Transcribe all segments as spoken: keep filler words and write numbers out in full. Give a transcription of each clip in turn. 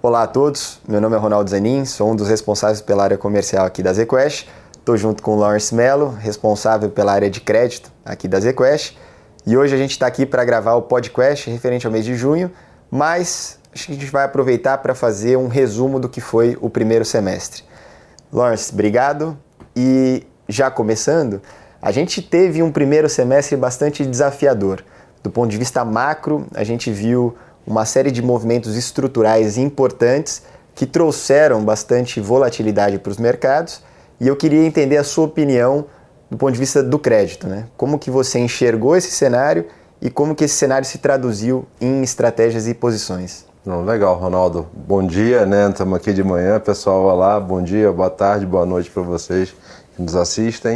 Olá a todos, meu nome é Ronaldo Zanin, sou um dos responsáveis pela área comercial aqui da ZQuest. Estou junto com o Lawrence Mello, responsável pela área de crédito aqui da ZQuest. E hoje a gente está aqui para gravar o podcast referente ao mês de junho, mas acho que a gente vai aproveitar para fazer um resumo do que foi o primeiro semestre. Lawrence, obrigado. E já começando, a gente teve um primeiro semestre bastante desafiador. Do ponto de vista macro, a gente viu uma série de movimentos estruturais importantes que trouxeram bastante volatilidade para os mercados, e eu queria entender a sua opinião do ponto de vista do crédito, né? Como que você enxergou esse cenário e como que esse cenário se traduziu em estratégias e posições? Não, legal, Ronaldo. Bom dia, né? Estamos aqui de manhã, pessoal. Olá, bom dia, boa tarde, boa noite para vocês que nos assistem.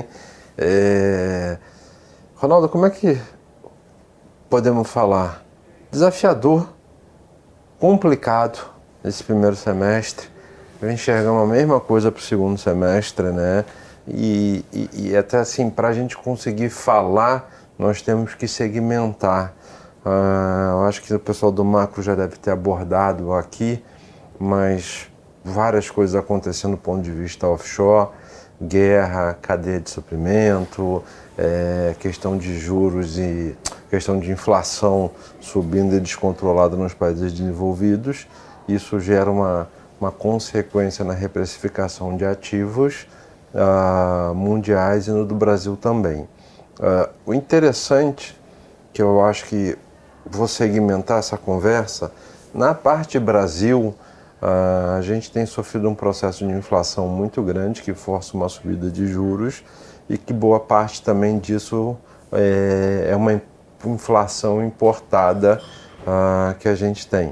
É... Ronaldo, como é que podemos falar? Desafiador, complicado esse primeiro semestre. Eu enxergamos a mesma coisa para o segundo semestre, né? E, e, e até assim, para a gente conseguir falar, nós temos que segmentar. Uh, eu acho que o pessoal do macro já deve ter abordado aqui, mas várias coisas acontecendo do ponto de vista offshore, guerra, cadeia de suprimento, é, questão de juros e questão de inflação subindo e descontrolada nos países desenvolvidos. Isso gera uma, uma consequência na reprecificação de ativos uh, mundiais e no do Brasil também. Uh, o interessante, que eu acho que vou segmentar essa conversa, na parte Brasil, uh, a gente tem sofrido um processo de inflação muito grande que força uma subida de juros e que boa parte também disso é, é uma inflação importada uh, que a gente tem.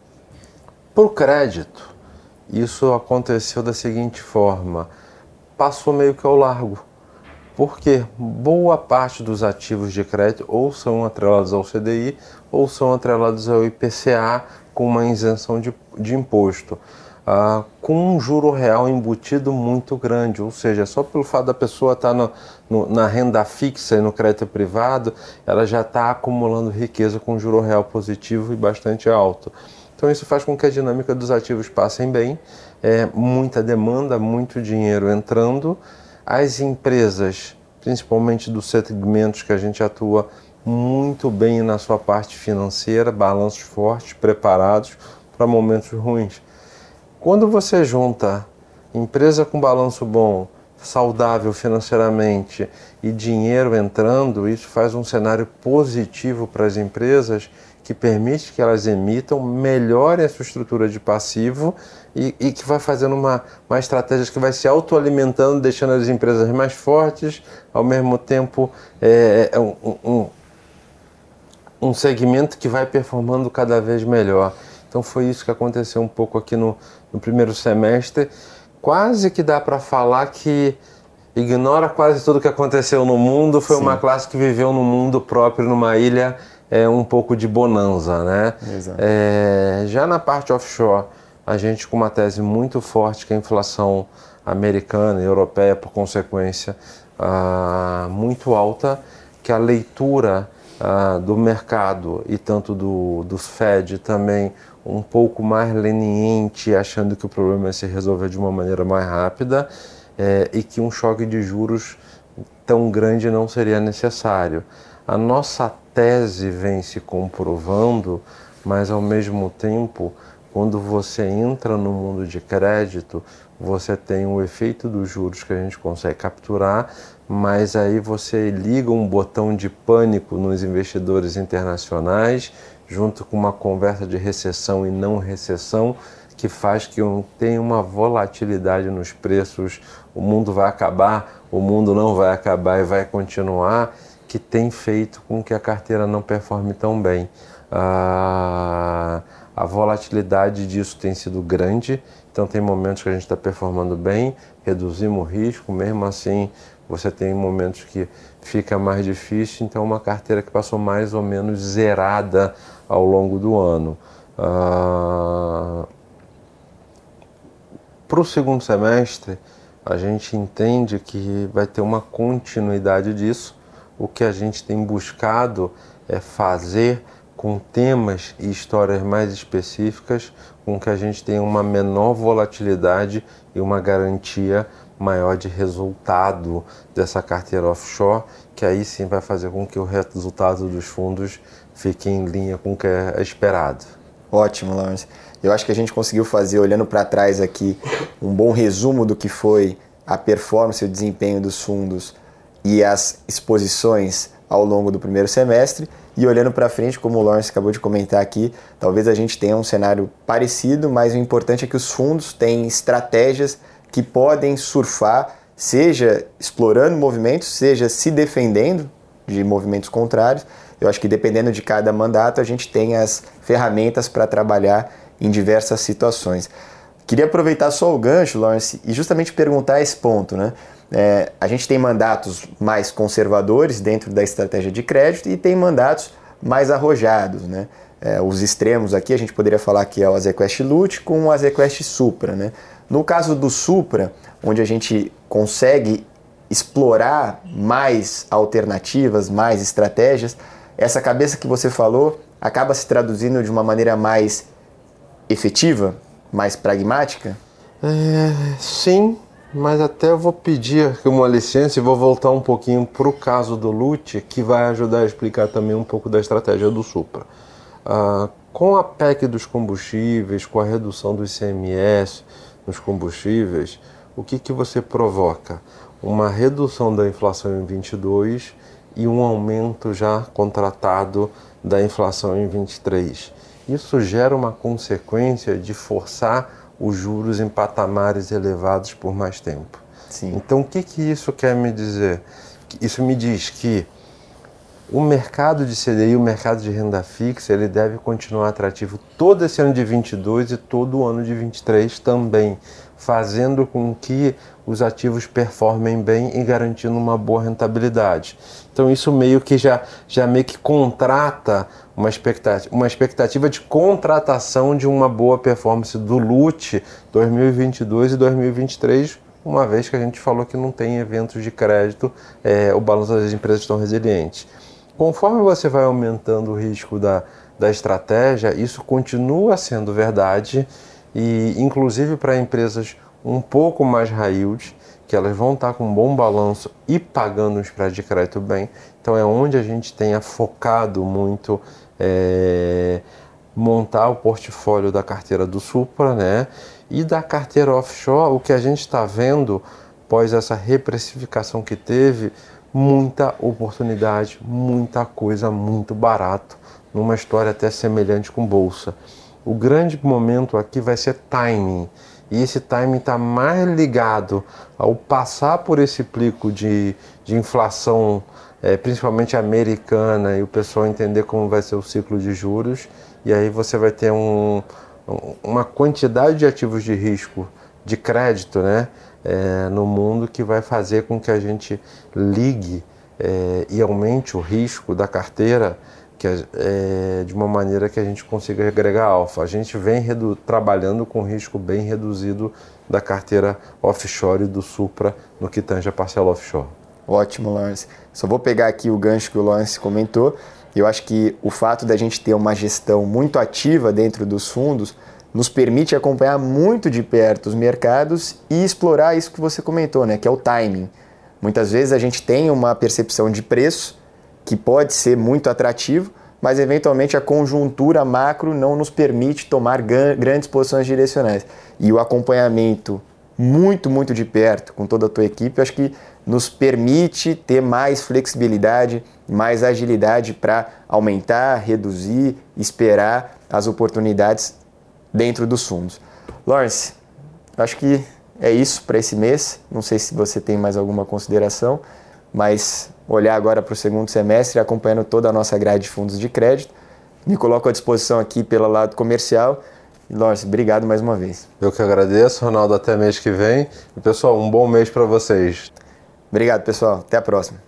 Para o crédito, isso aconteceu da seguinte forma, passou meio que ao largo, porque boa parte dos ativos de crédito ou são atrelados ao C D I ou são atrelados ao I P C A com uma isenção de, de imposto. Uh, com um juro real embutido muito grande, ou seja, só pelo fato da pessoa estar no, no, na renda fixa e no crédito privado, ela já está acumulando riqueza com juro real positivo e bastante alto. Então isso faz com que a dinâmica dos ativos passem bem, é, muita demanda, muito dinheiro entrando, as empresas, principalmente dos segmentos que a gente atua muito bem na sua parte financeira, balanços fortes, preparados para momentos ruins. Quando você junta empresa com balanço bom, saudável financeiramente e dinheiro entrando, isso faz um cenário positivo para as empresas que permite que elas emitam, melhorem a sua estrutura de passivo e, e que vai fazendo uma, uma estratégia que vai se autoalimentando, deixando as empresas mais fortes, ao mesmo tempo é, é um, um, um segmento que vai performando cada vez melhor. Então foi isso que aconteceu um pouco aqui no, no primeiro semestre. Quase que dá para falar que ignora quase tudo que aconteceu no mundo. Foi Sim. uma classe que viveu num mundo próprio, numa ilha, é, um pouco de bonança, né? Exato. É, já na parte offshore, a gente com uma tese muito forte que a inflação americana e europeia, por consequência, ah, muito alta, que a leitura ah, do mercado e tanto do, dos Fed também um pouco mais leniente, achando que o problema ia se resolver de uma maneira mais rápida é, e que um choque de juros tão grande não seria necessário. A nossa tese vem se comprovando, mas ao mesmo tempo, quando você entra no mundo de crédito, você tem o efeito dos juros que a gente consegue capturar, mas aí você liga um botão de pânico nos investidores internacionais, junto com uma conversa de recessão e não recessão, que faz que tenha uma volatilidade nos preços, o mundo vai acabar, o mundo não vai acabar e vai continuar, que tem feito com que a carteira não performe tão bem. Ah, a volatilidade disso tem sido grande, então tem momentos que a gente está performando bem, reduzimos o risco, mesmo assim você tem momentos que fica mais difícil, então é uma carteira que passou mais ou menos zerada ao longo do ano. Ah, para o segundo semestre, a gente entende que vai ter uma continuidade disso. O que a gente tem buscado é fazer com temas e histórias mais específicas, com que a gente tenha uma menor volatilidade e uma garantia maior de resultado dessa carteira offshore, que aí sim vai fazer com que o resultado dos fundos fique em linha com o que é esperado. Ótimo, Lawrence. Eu acho que a gente conseguiu fazer, olhando para trás aqui, um bom resumo do que foi a performance e o desempenho dos fundos e as exposições ao longo do primeiro semestre. E olhando para frente, como o Lawrence acabou de comentar aqui, talvez a gente tenha um cenário parecido, mas o importante é que os fundos têm estratégias que podem surfar, seja explorando movimentos, seja se defendendo de movimentos contrários. Eu acho que dependendo de cada mandato, a gente tem as ferramentas para trabalhar em diversas situações. Queria aproveitar só o gancho, Lawrence, e justamente perguntar esse ponto, né? É, a gente tem mandatos mais conservadores dentro da estratégia de crédito e tem mandatos mais arrojados, né? É, os extremos aqui a gente poderia falar que é o Azequest Lute com o Azequest Supra, né? No caso do Supra, onde a gente consegue explorar mais alternativas, mais estratégias, essa cabeça que você falou acaba se traduzindo de uma maneira mais efetiva, mais pragmática? É, sim, mas até eu vou pedir uma licença e vou voltar um pouquinho para o caso do Lute, que vai ajudar a explicar também um pouco da estratégia do Supra. Ah, com a P E C dos combustíveis, com a redução do I C M S nos combustíveis, o que, que você provoca? Uma redução da inflação em vinte e dois e um aumento já contratado da inflação em vinte e três. Isso gera uma consequência de forçar os juros em patamares elevados por mais tempo. Sim. Então, o que, que isso quer me dizer? Isso me diz que o mercado de C D I, o mercado de renda fixa, ele deve continuar atrativo todo esse ano de vinte e dois e todo o ano de vinte e três também, fazendo com que os ativos performem bem e garantindo uma boa rentabilidade. Então isso meio que já, já meio que contrata uma expectativa, uma expectativa de contratação de uma boa performance do Lute dois mil e vinte e dois e dois mil e vinte e três, uma vez que a gente falou que não tem eventos de crédito, é, o balanço das empresas estão resilientes. Conforme você vai aumentando o risco da, da estratégia, isso continua sendo verdade e inclusive para empresas um pouco mais high yield, que elas vão estar com um bom balanço e pagando um spread de crédito bem. Então é onde a gente tenha focado muito é, montar o portfólio da carteira do Supra, né? E da carteira offshore, o que a gente está vendo, após essa reprecificação que teve, muita oportunidade, muita coisa muito barato, numa história até semelhante com bolsa. O grande momento aqui vai ser timing, e esse timing está mais ligado ao passar por esse plico de, de inflação, é, principalmente americana, e o pessoal entender como vai ser o ciclo de juros, e aí você vai ter um, uma quantidade de ativos de risco de crédito, né? É, no mundo, que vai fazer com que a gente ligue é, e aumente o risco da carteira, que é, de uma maneira que a gente consiga agregar alfa. A gente vem trabalhando com risco bem reduzido da carteira offshore e do Supra no que tange a parcela offshore. Ótimo, Lawrence. Só vou pegar aqui o gancho que o Lawrence comentou. Eu acho que o fato da gente ter uma gestão muito ativa dentro dos fundos nos permite acompanhar muito de perto os mercados e explorar isso que você comentou, né, que é o timing. Muitas vezes a gente tem uma percepção de preço que pode ser muito atrativo, mas eventualmente a conjuntura macro não nos permite tomar grandes posições direcionais. E o acompanhamento muito, muito de perto com toda a tua equipe, acho que nos permite ter mais flexibilidade, mais agilidade para aumentar, reduzir, esperar as oportunidades dentro dos fundos. Lawrence, acho que é isso para esse mês. Não sei se você tem mais alguma consideração, mas olhar agora para o segundo semestre, acompanhando toda a nossa grade de fundos de crédito. Me coloco à disposição aqui pelo lado comercial. Lawrence, obrigado mais uma vez. Eu que agradeço, Ronaldo, até mês que vem. E, pessoal, um bom mês para vocês. Obrigado, pessoal. Até a próxima.